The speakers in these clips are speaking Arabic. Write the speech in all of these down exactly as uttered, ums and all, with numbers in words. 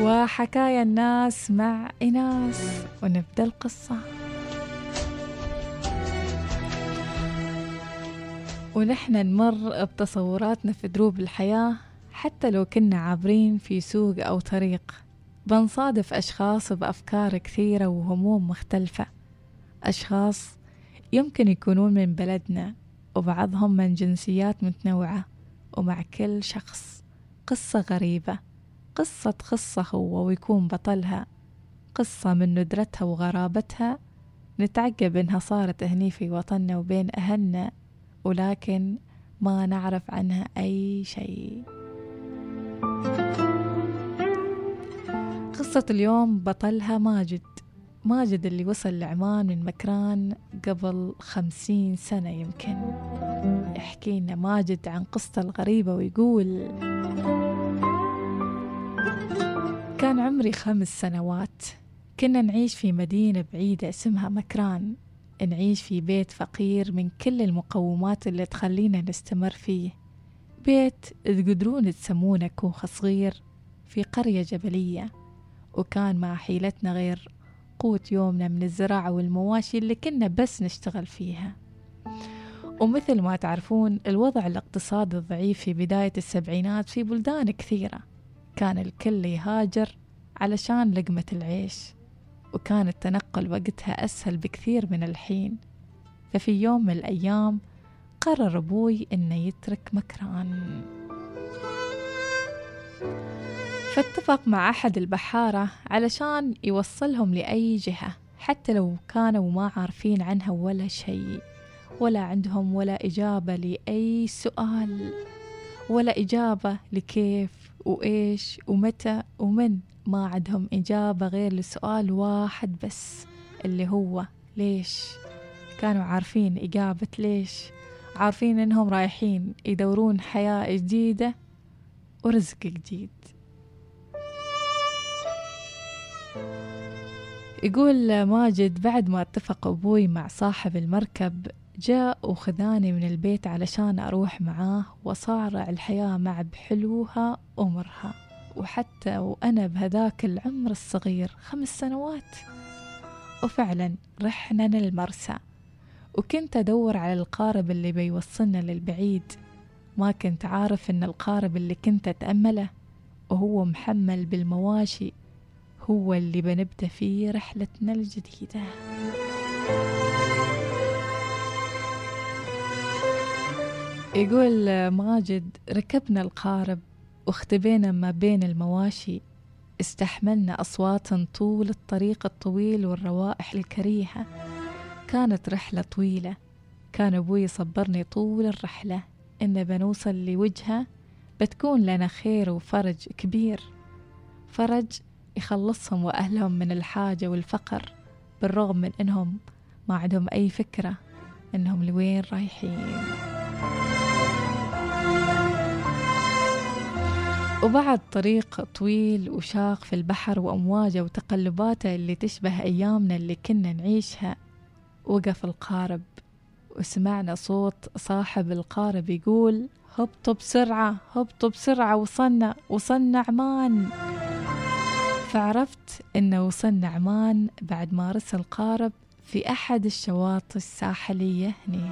وحكايا الناس مع إناس، ونبدأ القصة. ونحن نمر بتصوراتنا في دروب الحياة، حتى لو كنا عابرين في سوق أو طريق بنصادف أشخاص بأفكار كثيرة وهموم مختلفة. أشخاص يمكن يكونون من بلدنا، وبعضهم من جنسيات متنوعة، ومع كل شخص قصة غريبة، قصة تخصه هو ويكون بطلها، قصة من ندرتها وغرابتها نتعجب إنها صارت هني في وطننا وبين أهلنا، ولكن ما نعرف عنها أي شيء. قصة اليوم بطلها ماجد. ماجد اللي وصل لعمان من مكران قبل خمسين سنة يمكن. يحكي لنا ماجد عن قصته الغريبة ويقول: كان عمري خمس سنوات، كنا نعيش في مدينة بعيدة اسمها مكران، نعيش في بيت فقير من كل المقومات اللي تخلينا نستمر فيه، بيت تقدرون تسمونه كوخ صغير في قرية جبلية، وكان مع حيلتنا غير قوت يومنا من الزراعة والمواشي اللي كنا بس نشتغل فيها. ومثل ما تعرفون الوضع الاقتصادي الضعيف في بداية السبعينات في بلدان كثيرة، كان الكل يهاجر علشان لقمة العيش، وكان التنقل وقتها أسهل بكثير من الحين. ففي يوم من الأيام قرر أبوي إنه يترك مكران، فاتفق مع أحد البحارة علشان يوصلهم لأي جهة، حتى لو كانوا ما عارفين عنها ولا شيء، ولا عندهم ولا إجابة لأي سؤال، ولا إجابة لكيف وإيش ومتى ومن. ما عندهم إجابة غير لسؤال واحد بس، اللي هو ليش. كانوا عارفين إجابة ليش، عارفين إنهم رايحين يدورون حياة جديدة ورزق جديد. يقول ماجد: بعد ما اتفق أبوي مع صاحب المركب، جاء وخذاني من البيت علشان أروح معاه وصارع الحياة مع بحلوها ومرها. وحتى وأنا بهذاك العمر الصغير خمس سنوات. وفعلا رحنا للمرسى، وكنت أدور على القارب اللي بيوصلنا للبعيد. ما كنت عارف إن القارب اللي كنت أتأمله وهو محمل بالمواشي هو اللي بنبدأ فيه رحلتنا الجديدة. يقول ماجد: ركبنا القارب واختبينا ما بين المواشي، استحملنا أصواتا طول الطريق الطويل والروائح الكريهة. كانت رحلة طويلة، كان أبوي يصبرني طول الرحلة إن بنوصل لوجهة بتكون لنا خير وفرج كبير، فرج يخلصهم وأهلهم من الحاجة والفقر، بالرغم من إنهم ما عندهم أي فكرة إنهم لوين رايحين. وبعد طريق طويل وشاق في البحر وأمواجه وتقلباته اللي تشبه أيامنا اللي كنا نعيشها، وقف القارب وسمعنا صوت صاحب القارب يقول: هبطوا بسرعة، هبطوا بسرعة، وصلنا وصلنا عمان. فعرفت إنه وصلنا عمان بعد ما رسل القارب في أحد الشواطئ الساحلية هني.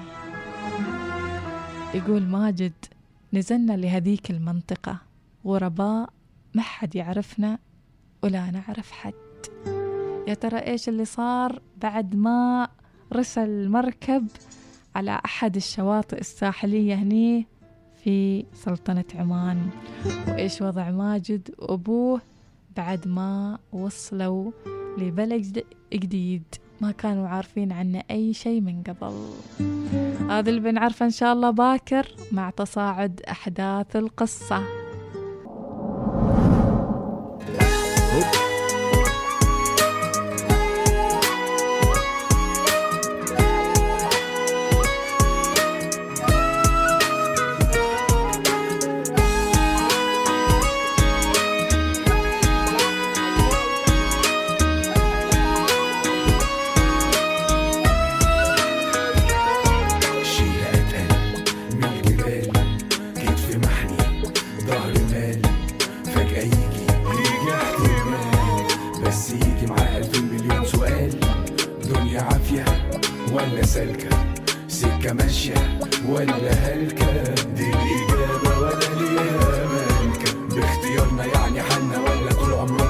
يقول ماجد: نزلنا لهذيك المنطقة غرباء، ما حد يعرفنا ولا نعرف حد. يا ترى إيش اللي صار بعد ما رسل المركب على أحد الشواطئ الساحلية هني في سلطنة عمان؟ وإيش وضع ماجد وأبوه بعد ما وصلوا لبلد جديد ما كانوا عارفين عنه أي شيء من قبل؟ هذا اللي بنعرفه إن شاء الله باكر مع تصاعد أحداث القصة. شيلة أتقل من الجبال، كتف محني ولا سالكة، سكة ماشية ولا هلكة، دي الإجابة ولا ليها مالكة، باختيارنا يعني حالنا ولا طول عمرنا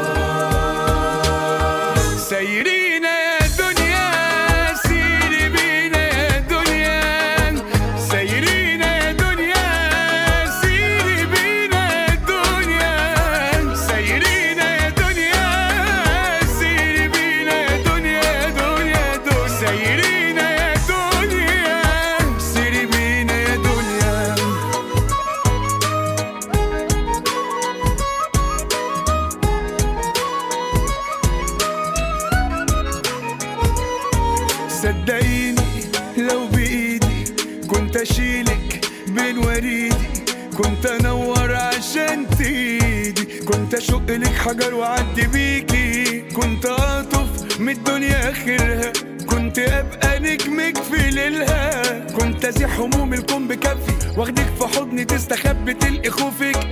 تراب. سايرين يا دنيا سيري بينا يا دنيا، سايرين يا دنيا سيري بينا يا دنيا، سايرين يا دنيا سيري بينا يا دنيا يا دنيا دنيا، سايرين يا دنيا سيري بينا يا دنيا. صدقيني لو بإيدي كنت أشيلك بين وريدي، كنت أنور عشان تيدي، كنت أشق لك حجر وأعدي بيكي، كنت أطف من الدنيا آخرها، كنت أبقى نجمك في ليلها، كنت أزيح هموم الكون بكفي واخدك في حضني تستخبي تلقي خوفك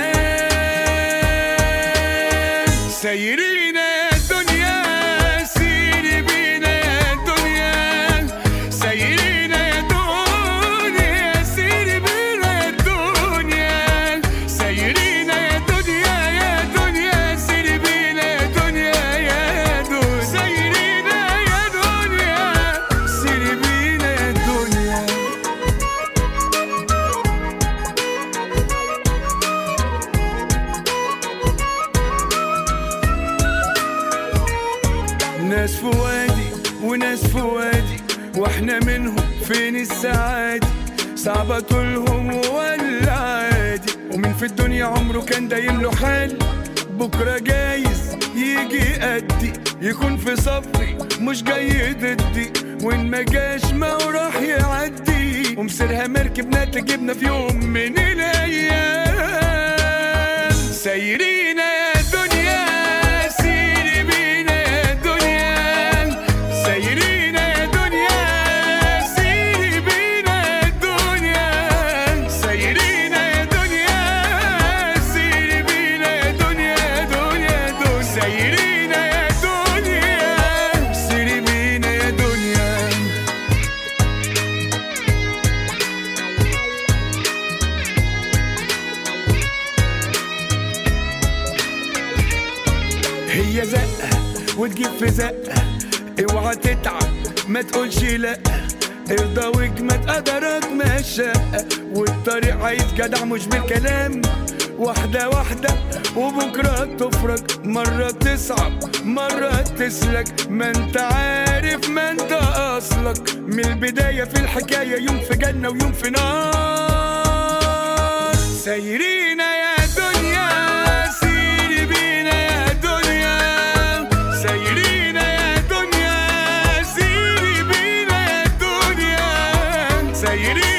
أمان. سايرين يا دنيا سيري بينا يا دنيا، سايرين يا دنيا سيري بينا يا دنيا، سايرين يا دنيا يا دنيا سيري بينا يا دنيا يا دنيا، سايرين يا دنيا سيري بينا يا دنيا. ناس في وادي وناس في وادي، واحنا منهم فين السعادة، صعبة طولهم ولا عادي، ومين في الدنيا عمره كان دايم له حال، بكرة جايز يجي قدي يكون في صفي مش جاي ضدي، وإن ما جاش ما هو راح يعدي، ومسيرها مركبنا تجيبنا في يوم من الأيام. سايرين يا دنيا سيري بينا يا دنيا، سايرين يا دنيا سيري بينا يا دنيا، سايرين يا دنيا سيري بينا يا دنيا يا دنيا دنيا، سايرين يا دنيا سيري بينا يا دنيا. هي زقة وتجيب في زقة، اوعى تتعب ما تقولش لأ، ارضى واجمد قدرك ما الشقة، والطريق عايز جدع مش بالكلام، واحدة واحدة وبكرة تفرج، مرة تصعب مرة تسلك، ما انت عارف ما انت أصلك، من البداية في الحكاية يوم في جنة ويوم في نار. سايرين يا دنيا سيري بينا يا دنيا، سايرين يا دنيا سيري بينا يا دنيا، سايرين